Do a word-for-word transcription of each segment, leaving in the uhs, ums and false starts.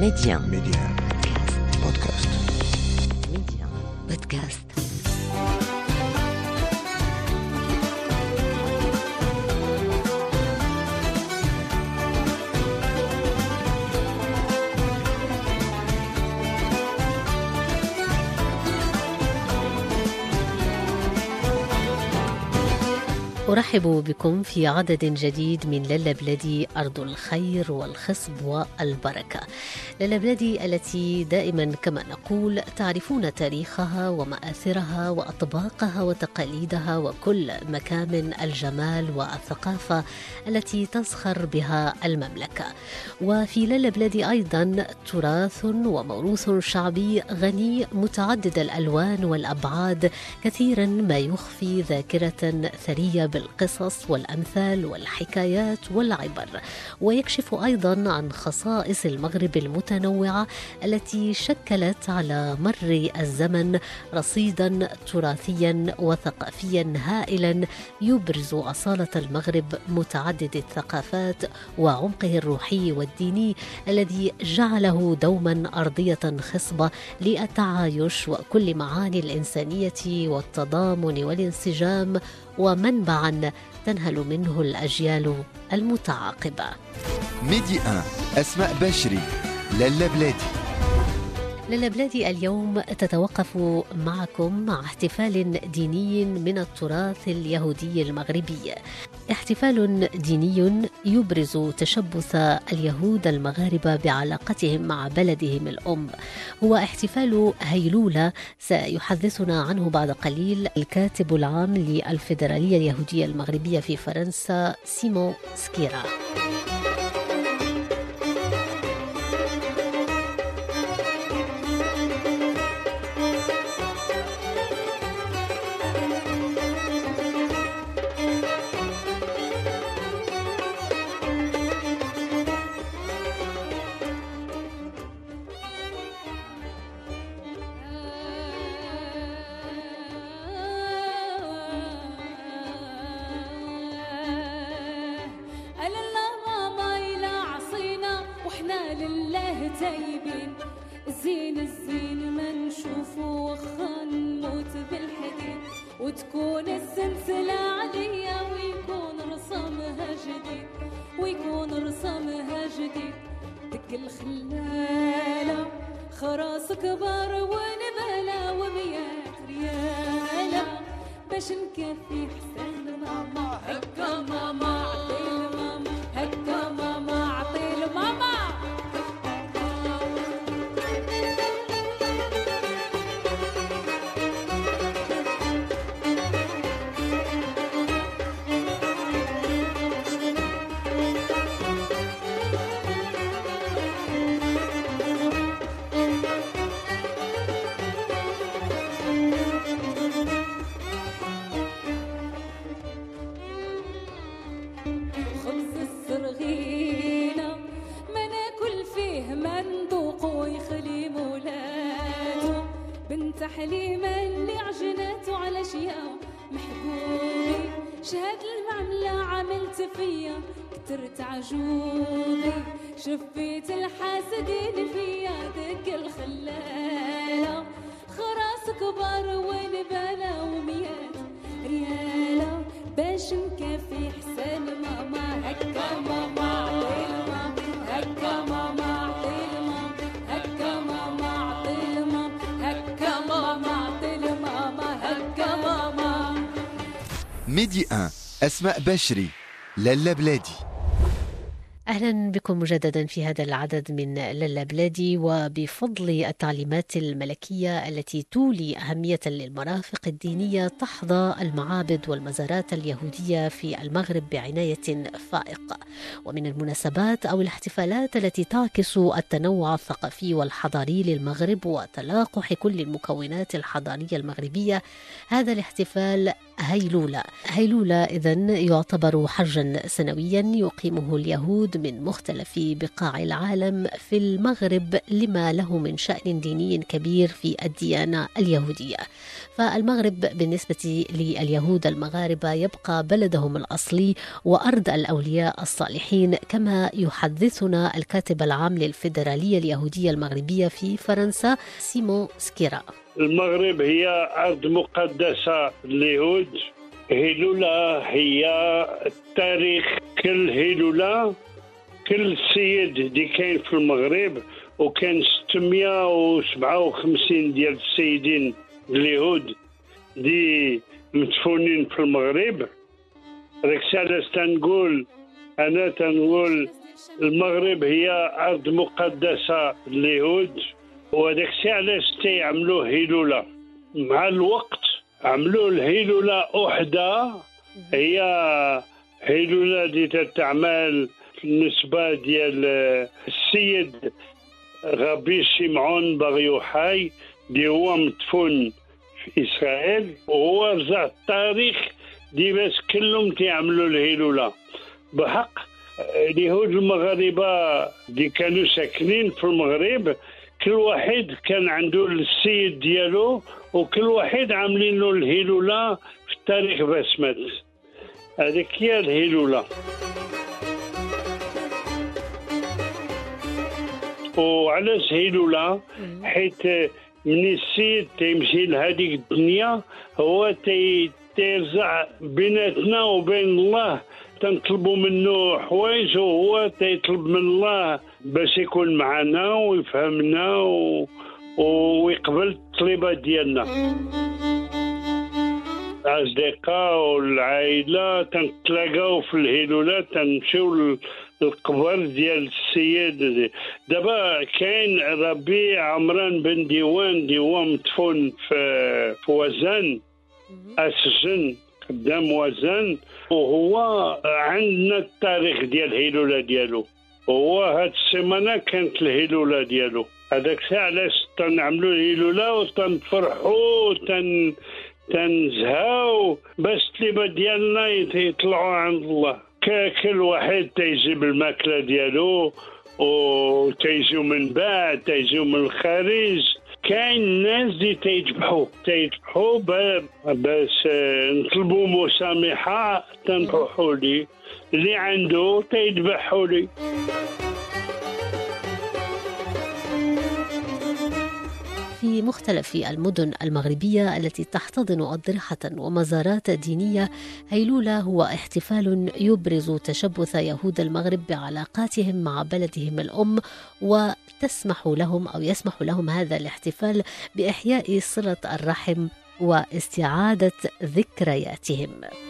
Média. Média. Podcast. Média. Podcast. أرحب بكم في عدد جديد من لالا بلادي أرض الخير والخصب والبركة. لالا بلادي التي دائما كما نقول تعرفون تاريخها ومآثرها وأطباقها وتقاليدها وكل مكامن الجمال والثقافة التي تزخر بها المملكة. وفي لالا بلادي أيضا تراث وموروث شعبي غني متعدد الألوان والأبعاد، كثيرا ما يخفي ذاكرة ثرية بالقصص والأمثال والحكايات والعبر، ويكشف أيضا عن خصائص المغرب المتنوعة التي شكلت على مر الزمن رصيدا تراثيا وثقافيا هائلا يبرز أصالة المغرب متعدد الثقافات وعمقه الروحي والديني الذي جعله دوما أرضية خصبة للتعايش وكل معاني الإنسانية والتضامن والانسجام، ومنبعا تنهل منه الأجيال المتعاقبة. ميدي آن أسماء بشري، لالا بلادي. لالا بلادي اليوم تتوقف معكم مع احتفال ديني من التراث اليهودي المغربي، احتفال ديني يبرز تشبث اليهود المغاربة بعلاقتهم مع بلدهم الأم. هو احتفال هيلولة سيحدثنا عنه بعد قليل الكاتب العام للفيدرالية اليهودية المغربية في فرنسا سيمون سكيرا. لله تايبين الزين الزين ما نشوفه وخا نموت بالحديد، وتكون السلسلة عليا ويكون رسمها جديد ويكون رسمها جديد. دق الخلالة خراس كبار ونبالة وميات ريالة باش نكفي حسن ماما. هكا ماما عطي الماما، هكا ماما عطي الماما. حليمة اللي عجنته على شياء محبوبي، شهد المعملة عملت فيا كترت عجوبي، شفيت الحاسدين فيا. دق الخلالة خراس كبار ونبالة وميات ريالة باش نكفي حسن ماما. هكا ماما عطي الماما، هكا ماما عطي الماما، هكا ماما عطي الماما، هكا ماما عطي الماما، هكا ماما. ميدي آن أسماء بشري، لالا بلادي. أهلا بكم مجددا في هذا العدد من لالا بلادي. وبفضل التعليمات الملكية التي تولي أهمية للمرافق الدينية، تحظى المعابد والمزارات اليهودية في المغرب بعناية فائقة. ومن المناسبات أو الاحتفالات التي تعكس التنوع الثقافي والحضاري للمغرب وتلاقح كل المكونات الحضارية المغربية هذا الاحتفال هيلولة. هيلولة إذن يعتبر حجا سنويا يقيمه اليهود من مختلف بقاع العالم في المغرب لما له من شأن ديني كبير في الديانة اليهودية. فالمغرب بالنسبة لليهود المغاربة يبقى بلدهم الأصلي وأرض الأولياء الصالحين، كما يحدثنا الكاتب العام للفيدرالية اليهودية المغربية في فرنسا سيمون سكيرا. المغرب هي أرض مقدسة لليهود. هيلولة هي التاريخ. كل هيلولة كل سيد دي كاين في المغرب، وكان ستمائة وسبعة وخمسين ديال السيدين اليهود دي مدفونين في المغرب. هذاك علاش تنقول أنا تنقول المغرب هي أرض مقدسة لليهود، وهذاك الشيء علاش تيعملوه هيلولة. مع الوقت عملوا الهيلولة وحدة، هي هيلولة دي تتعمل بالنسبة ديال السيد غبي شمعون بار يوحي دي هو مدفون في إسرائيل، وهو رجع التاريخ دي باش كلهم تيعملوا الهيلولة بحق. اليهود المغاربة دي كانوا ساكنين في المغرب، كل واحد كان عنده السيد ديالو، وكل واحد عاملين له الهيلولة في التاريخ باش مات. هذيك هي الهيلولة. وعلاش هيلولة؟ حيت من السيد تيمشي لهذيك الدنيا هو تي تيرجع بيناتنا وبين الله، تنطلبوا منه حوايج وهو تيطلب من الله باش يكون معنا ويفهمنا و... ويقبل الطلبات ديالنا. الأصدقاء والعائلة تنتلاقاو في الهيلولات، تنمشيو للقبر ديال السيد. دابا كاين ربي عمران بن ديوان دي هو مدفون في في وزان أسجن قدام وزن، وهو عندنا التاريخ ديال الهيلولة ديالو. هو هاد السيمانة كانت الهيلولة ديالو. هذاك الشيء علاش تنعملوا الهيلولة وتنفرحوا تن تنزهاو باش الطلبات ديالنا يطلعوا عند الله. كل واحد تيجيب الماكلة ديالو وتيجيو من بعد تيجيو من الخارج. كاين ناس دي تيذبحوا تيذبحوا باش نطلبوا مسامحة، تنروحوا لي اللي عنده تيذبحوا لي. في مختلف المدن المغربية التي تحتضن أضرحة ومزارات دينية، هيلولة هو احتفال يبرز تشبث يهود المغرب بعلاقاتهم مع بلدهم الأم، وتسمح لهم أو يسمح لهم هذا الاحتفال بإحياء صلة الرحم واستعادة ذكرياتهم.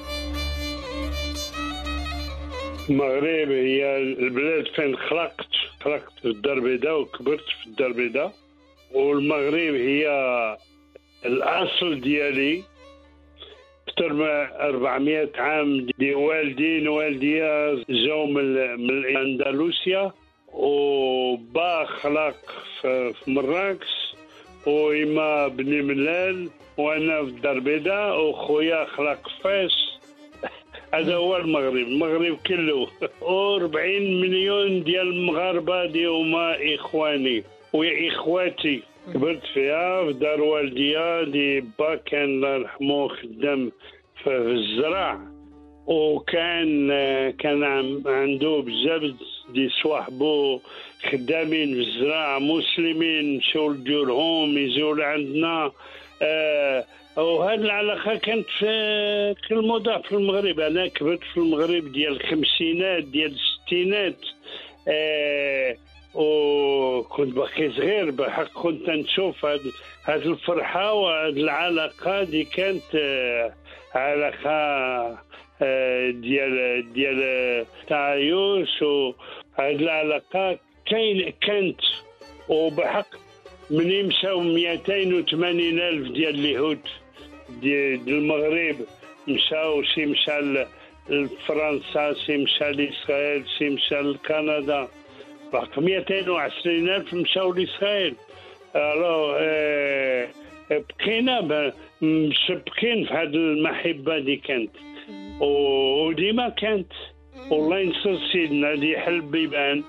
المغرب هي البلاد فين خلقت خلقت في الدار البيضاء وكبرت في الدار البيضاء، والمغرب هي الأصل ديالي. أكثر من أربعمائة عام دي والدين والديا جاو من الأندلسيا، وبا خلق في مراكش، وإما بني ملال، وأنا في الدار البيضاء، وخويا خلق فاس. هذا هو المغرب. المغرب كله وأربعين مليون ديال المغاربة دي هما إخواني وإخواتي. كبرت فيها في دار والديا دي با كان الله يرحمه خدام في الزراع، وكان كان عنده بزاف دي صواحبو خدامين في الزراع مسلمين، مشاو لديورهم يجيو لعندنا. آه وهذه العلاقه كانت في كل موضع في المغرب. انا كبرت في المغرب ديال الخمسينات ديال الستينات، آه وكنت باقي صغير بحق. كنت نشوف هاد هاد الفرحه وهاد العلاقه دي كانت آه علاقه آه ديال ديال تعايش، وهاد العلاقه كاين كانت. وبحق من يمشاو مئتين وثمانين ألف ديال اليهود ديال المغرب مشاو، شي مشى لفرنسا، شي مشى لإسرائيل، شي مشى لكندا. باقي مئتين وعشرين ألف مشاو لإسرائيل. الو اه بقينا مشبكين في هذه المحبة دي كانت وديما كانت. والله ينصر سيدنا دي حل بيبان.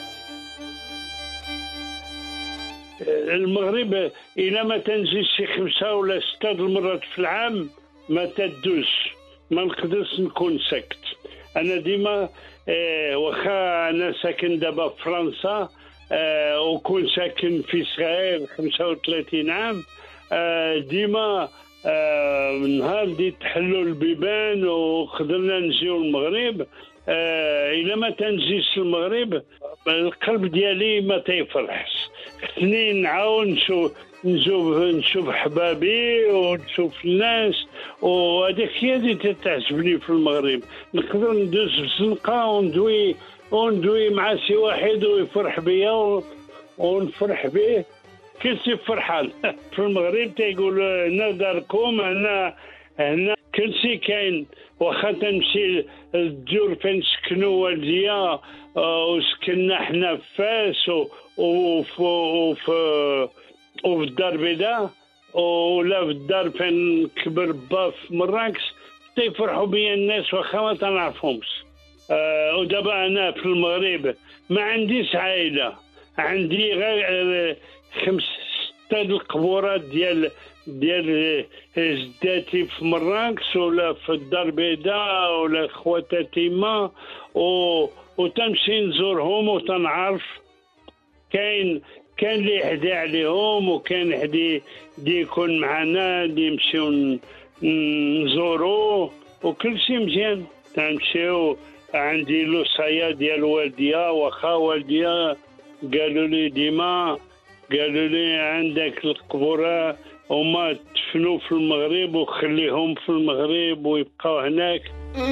المغرب إلى ما تنزل شي خمسة ولا ستة المرات في العام ما تدوش، ما نقدرش نكون ساكت. أنا ديما آه واخا أنا ساكن دابا في فرنسا آه وكون ساكن في إسرائيل خمسة وثلاثين عام، آه ديما آه نهار دي تحلوا البيبان وقدرنا نجيو المغرب، آه إلا ما تنجيش المغرب القلب ديالي ما تيفرحش. خصني نعاون نشوف نشوف نشوف حبابي ونشوف الناس، وهذيك هي اللي تتعجبني في المغرب. نقدر ندوز في الزنقه وندوي وندوي مع شي واحد ويفرح بيا ونفرح به، كل شي فرحان. في المغرب تيقول هنا داركم، هنا هنا كل شي كاين. واخا تمشي الديور فين سكنوا والديا وسكننا حنا في فاس وفي وفي وفي الدار البيضاء ولا في الدار فين كبر با في مراكش، تيفرحوا بيا الناس واخا ما تنعرفهمش. أه ودابا انا في المغرب ما عنديش عائله، عندي غير خمس ستة القبورات ديال ديال جداتي في مراكش ولا في الدار البيضاء ولا خواتاتي تيما، و وتمشي نزورهم وتنعرف. كاين كان اللي يهدي عليهم وكان حدي دي يكون معنا دي نمشيو نزورو وكل شيء مزيان. تنمشيو عندي لوصايا ديال والديا، واخا والديا قالوا لي ديما قالوا لي عندك القبورة هما تفنوا في المغرب وخليهم في المغرب ويبقاو هناك.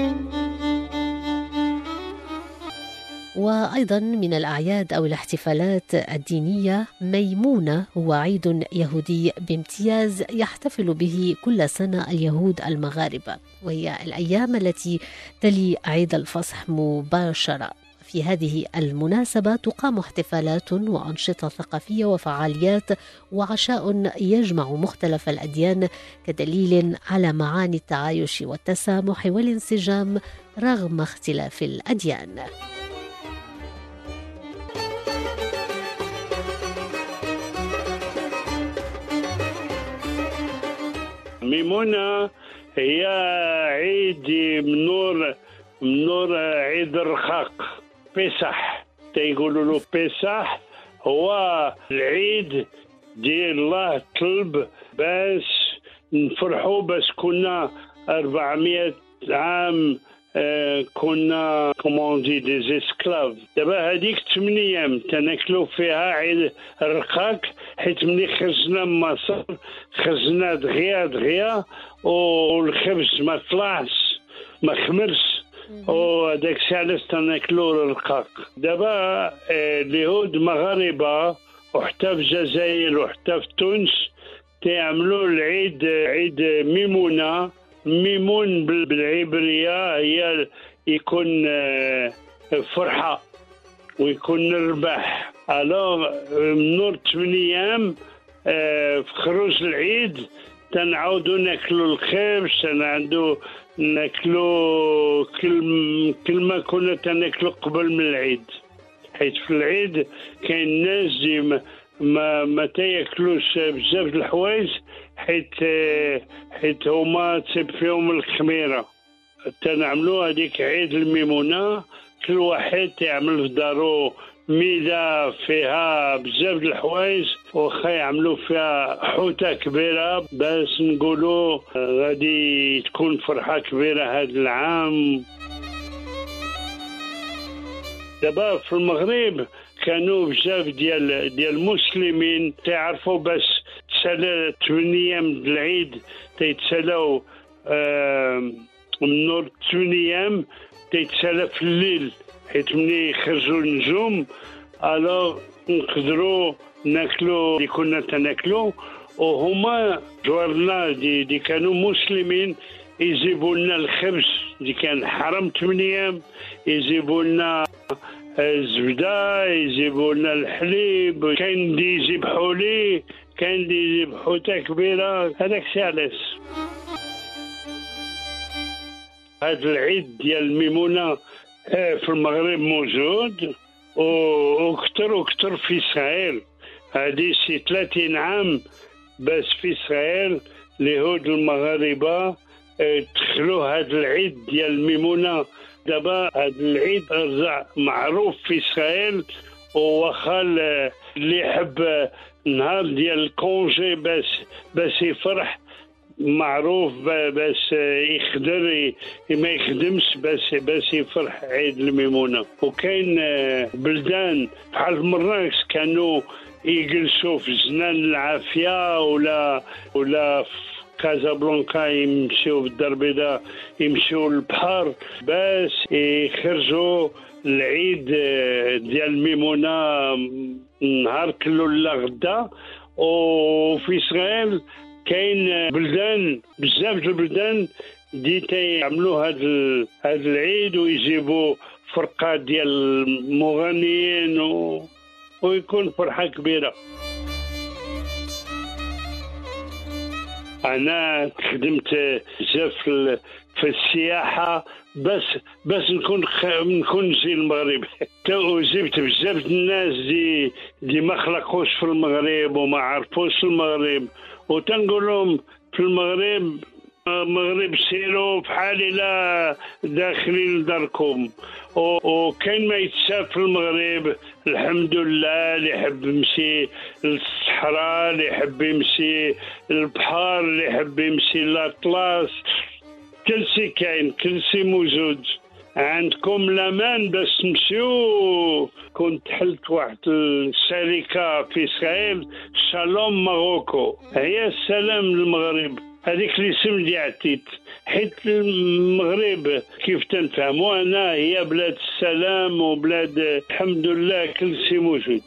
وأيضا من الأعياد أو الاحتفالات الدينية ميمونة، هو عيد يهودي بامتياز يحتفل به كل سنة اليهود المغاربة، وهي الأيام التي تلي عيد الفصح مباشرة. في هذه المناسبة تقام احتفالات وأنشطة ثقافية وفعاليات وعشاء يجمع مختلف الأديان كدليل على معاني التعايش والتسامح والانسجام رغم اختلاف الأديان. ميمونة هي عيد من نور من نور عيد الرخاق بيسح، تيقولوا له بيسح. هو العيد ديال الله طلب باش نفرحوا، باش كنا أربعمائة عام آه كنا كومون دي دي اسكلاف. دابا هذيك ثمان ايام تناكلوا فيها عيد الرقاق، حيت ملي خرجنا من مصر خرجنا دغيا دغيا والخبز ما طلعش ما خمرش، وهذاك الشيء علاش تناكلوا الرقاق. دابا اليهود مغاربه وحتى في الجزائر وحتى في تونس تيعملوا العيد عيد ميمونه. ميمون بالعبريه هي يكون فرحه ويكون رباح. الوغ من نور ثمان ايام في خروج العيد تنعاودوا ناكلوا الخبز، تنعاودوا ناكلوا كل كل ما كنا تناكلوا قبل من العيد، حيت في العيد كاين ناس ديما ما ما تاكلوش بزاف د الحوايج، حيت حيت هما تصيب فيهم الخميره. تنعملوا هذيك عيد الميمونه، كل واحد يعمل في دارو ميده فيها بزاف د الحوايج، واخا يعملوا فيها حوته كبيره باش نقولوا غادي تكون فرحه كبيره هذا العام. دابا في المغرب كانوا بزاف ديال ديال المسلمين تعرفوا باش تسالى ثمان ايام العيد تيتسالاو آه من نور ثمان ايام تيتسالى في الليل، حيت ملي يخرجوا النجوم الوغ نقدروا ناكلوا اللي كنا تناكلوا. وهما جوارنا دي, دي كانوا مسلمين يجيبوا لنا الخبز اللي كان حرام ثمان ايام، يجيبوا لنا الزبده، يجيبوا لنا الحليب، كاين اللي يجيب حولي، كان اللي يجيب حوته كبيره هذاك سي علاش. هذا العيد ديال الميمونه في المغرب موجود وكثر وكثر في اسرائيل. هذه شي ثلاثين عام بس في اسرائيل اليهود المغاربه دخلوا هذا العيد ديال الميمونه. دابا هذا العيد رجع معروف في اسرائيل، وواخا اللي يحب نهار ديال الكونجي باش باش يفرح معروف باش يقدر ما يخدمش باش باش يفرح عيد الميمونه. وكاين بلدان بحال مراكش كانوا يجلسوا في جنان العافيه ولا ولا في كازابلانكا يمشيو بالدار البيضاء يمشيو للبحر باش يخرجوا العيد ديال الميمونه نهار كله لا غدا. وفي اسرائيل كاين بلدان بزاف د البلدان دي تيعملوا هذا هذا العيد ويجيبوا فرقه ديال المغنيين و... ويكون فرحه كبيره. انا خدمت بزاف في السياحه بس بس نكون خ... نكون نجي المغرب. وجبت بزاف الناس دي دي ما خلقوش في المغرب وما عرفوش المغرب، وتنقول لهم في المغرب المغرب سيروا بحال الى داخلين لداركم. وكاين ما يتشاف في المغرب الحمد لله. اللي يحب يمشي للصحراء، اللي يحب يمشي للبحر، اللي يحب يمشي للاطلس، كل شيء كاين، كل شيء موجود. عندكم الامان باش تمشيو. كنت حلت واحد الشركه في اسرائيل شالوم ماروكو، هي السلام للمغرب. هذيك الاسم اللي عطيت حيت المغرب كيف تنفهموا انا هي بلاد السلام وبلاد الحمد لله كل شيء موجود.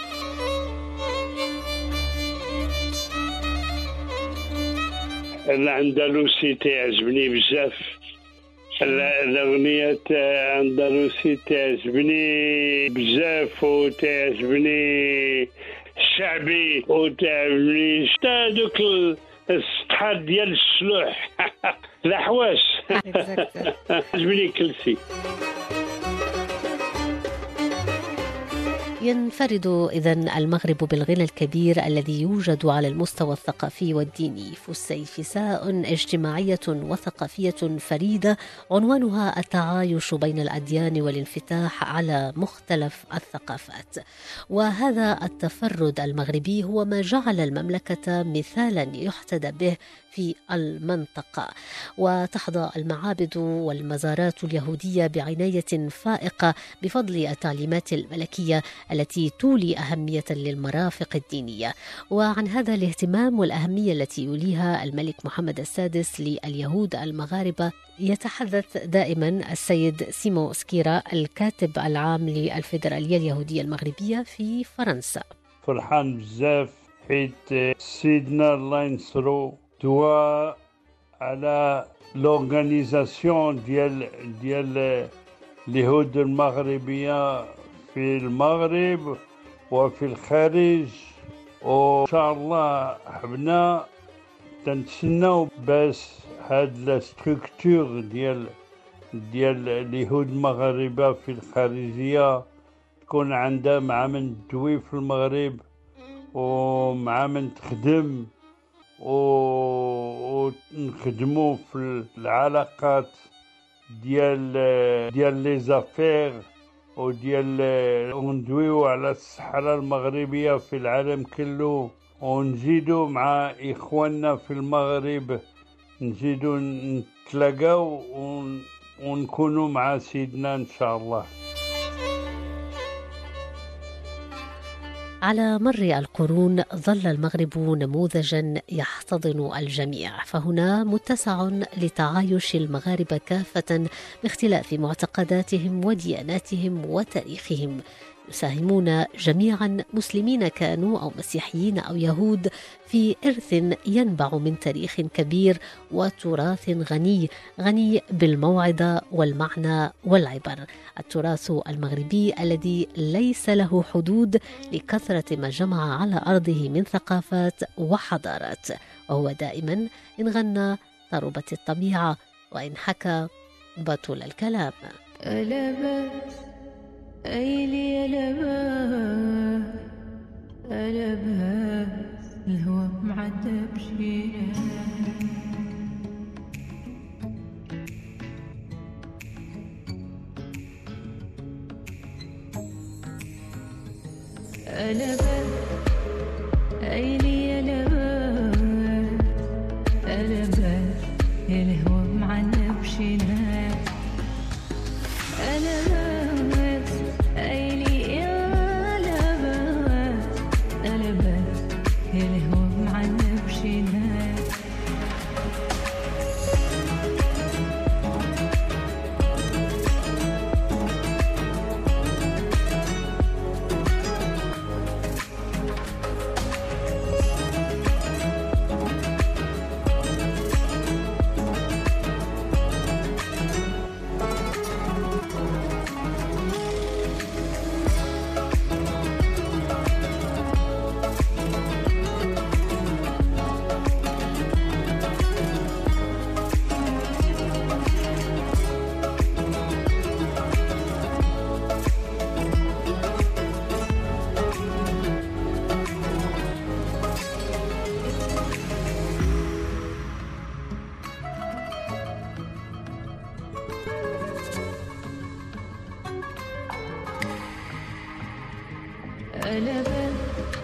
الاندلسي تعجبني بزاف، الاغنيه الاندلسي تعجبني بزاف، وتعجبني الشعبي، وتعجبني حتى دوك السطحات ديال الشلوح الحواش عجبني كل شيء. ينفرد إذن المغرب بالغنى الكبير الذي يوجد على المستوى الثقافي والديني. فالسيفساء اجتماعية وثقافية فريدة عنوانها التعايش بين الأديان والانفتاح على مختلف الثقافات. وهذا التفرد المغربي هو ما جعل المملكة مثالا يحتذى به في المنطقة. وتحظى المعابد والمزارات اليهودية بعناية فائقة بفضل التعليمات الملكية التي تولي أهمية للمرافق الدينية. وعن هذا الاهتمام والأهمية التي يوليها الملك محمد السادس لليهود المغاربة يتحدث دائما السيد سيمو سكيرا الكاتب العام للفيدرالية اليهودية المغربية في فرنسا. فرحان بزاف حيت سيدنا الله ينصرو دوا على لورغانيزاسيون ديال ديال اليهود المغربية في المغرب وفي الخارج. وإن شاء الله حبنا تنتسناو باش هاد لا ستركتور ديال ديال اليهود المغاربة في الخارجية تكون عندها مع من تدوي في المغرب ومع من تخدم ونخدموا في العلاقات ديال ديال لي زافير وديال وندويو على الصحراء المغربية في العالم كله، ونزيدوا مع إخواننا في المغرب نزيدوا نتلاقاو ونكونوا مع سيدنا إن شاء الله. على مر القرون ظل المغرب نموذجا يحتضن الجميع، فهنا متسع لتعايش المغاربة كافة باختلاف معتقداتهم ودياناتهم وتاريخهم. يساهمون جميعا، مسلمين كانوا أو مسيحيين أو يهود، في إرث ينبع من تاريخ كبير وتراث غني غني بالموعظة والمعنى والعبر. التراث المغربي الذي ليس له حدود لكثرة ما جمع على أرضه من ثقافات وحضارات، وهو دائما إن غنى طربت الطبيعة وإن حكى بطل الكلام. ألبس أيلي ألبس ألبس الهوى معدب شينا ألبس أيلي ألبس ألبس الهوى معدب شينا ألبس أيلي ألبس ألبس الهوى معدب شينا ألبس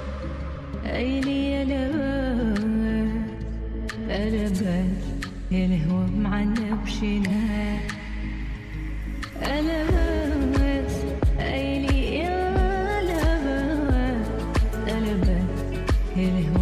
أيلي ألبس ألبس الهوى معدب شينا ألبس أيلي ألبس ألبس الهوى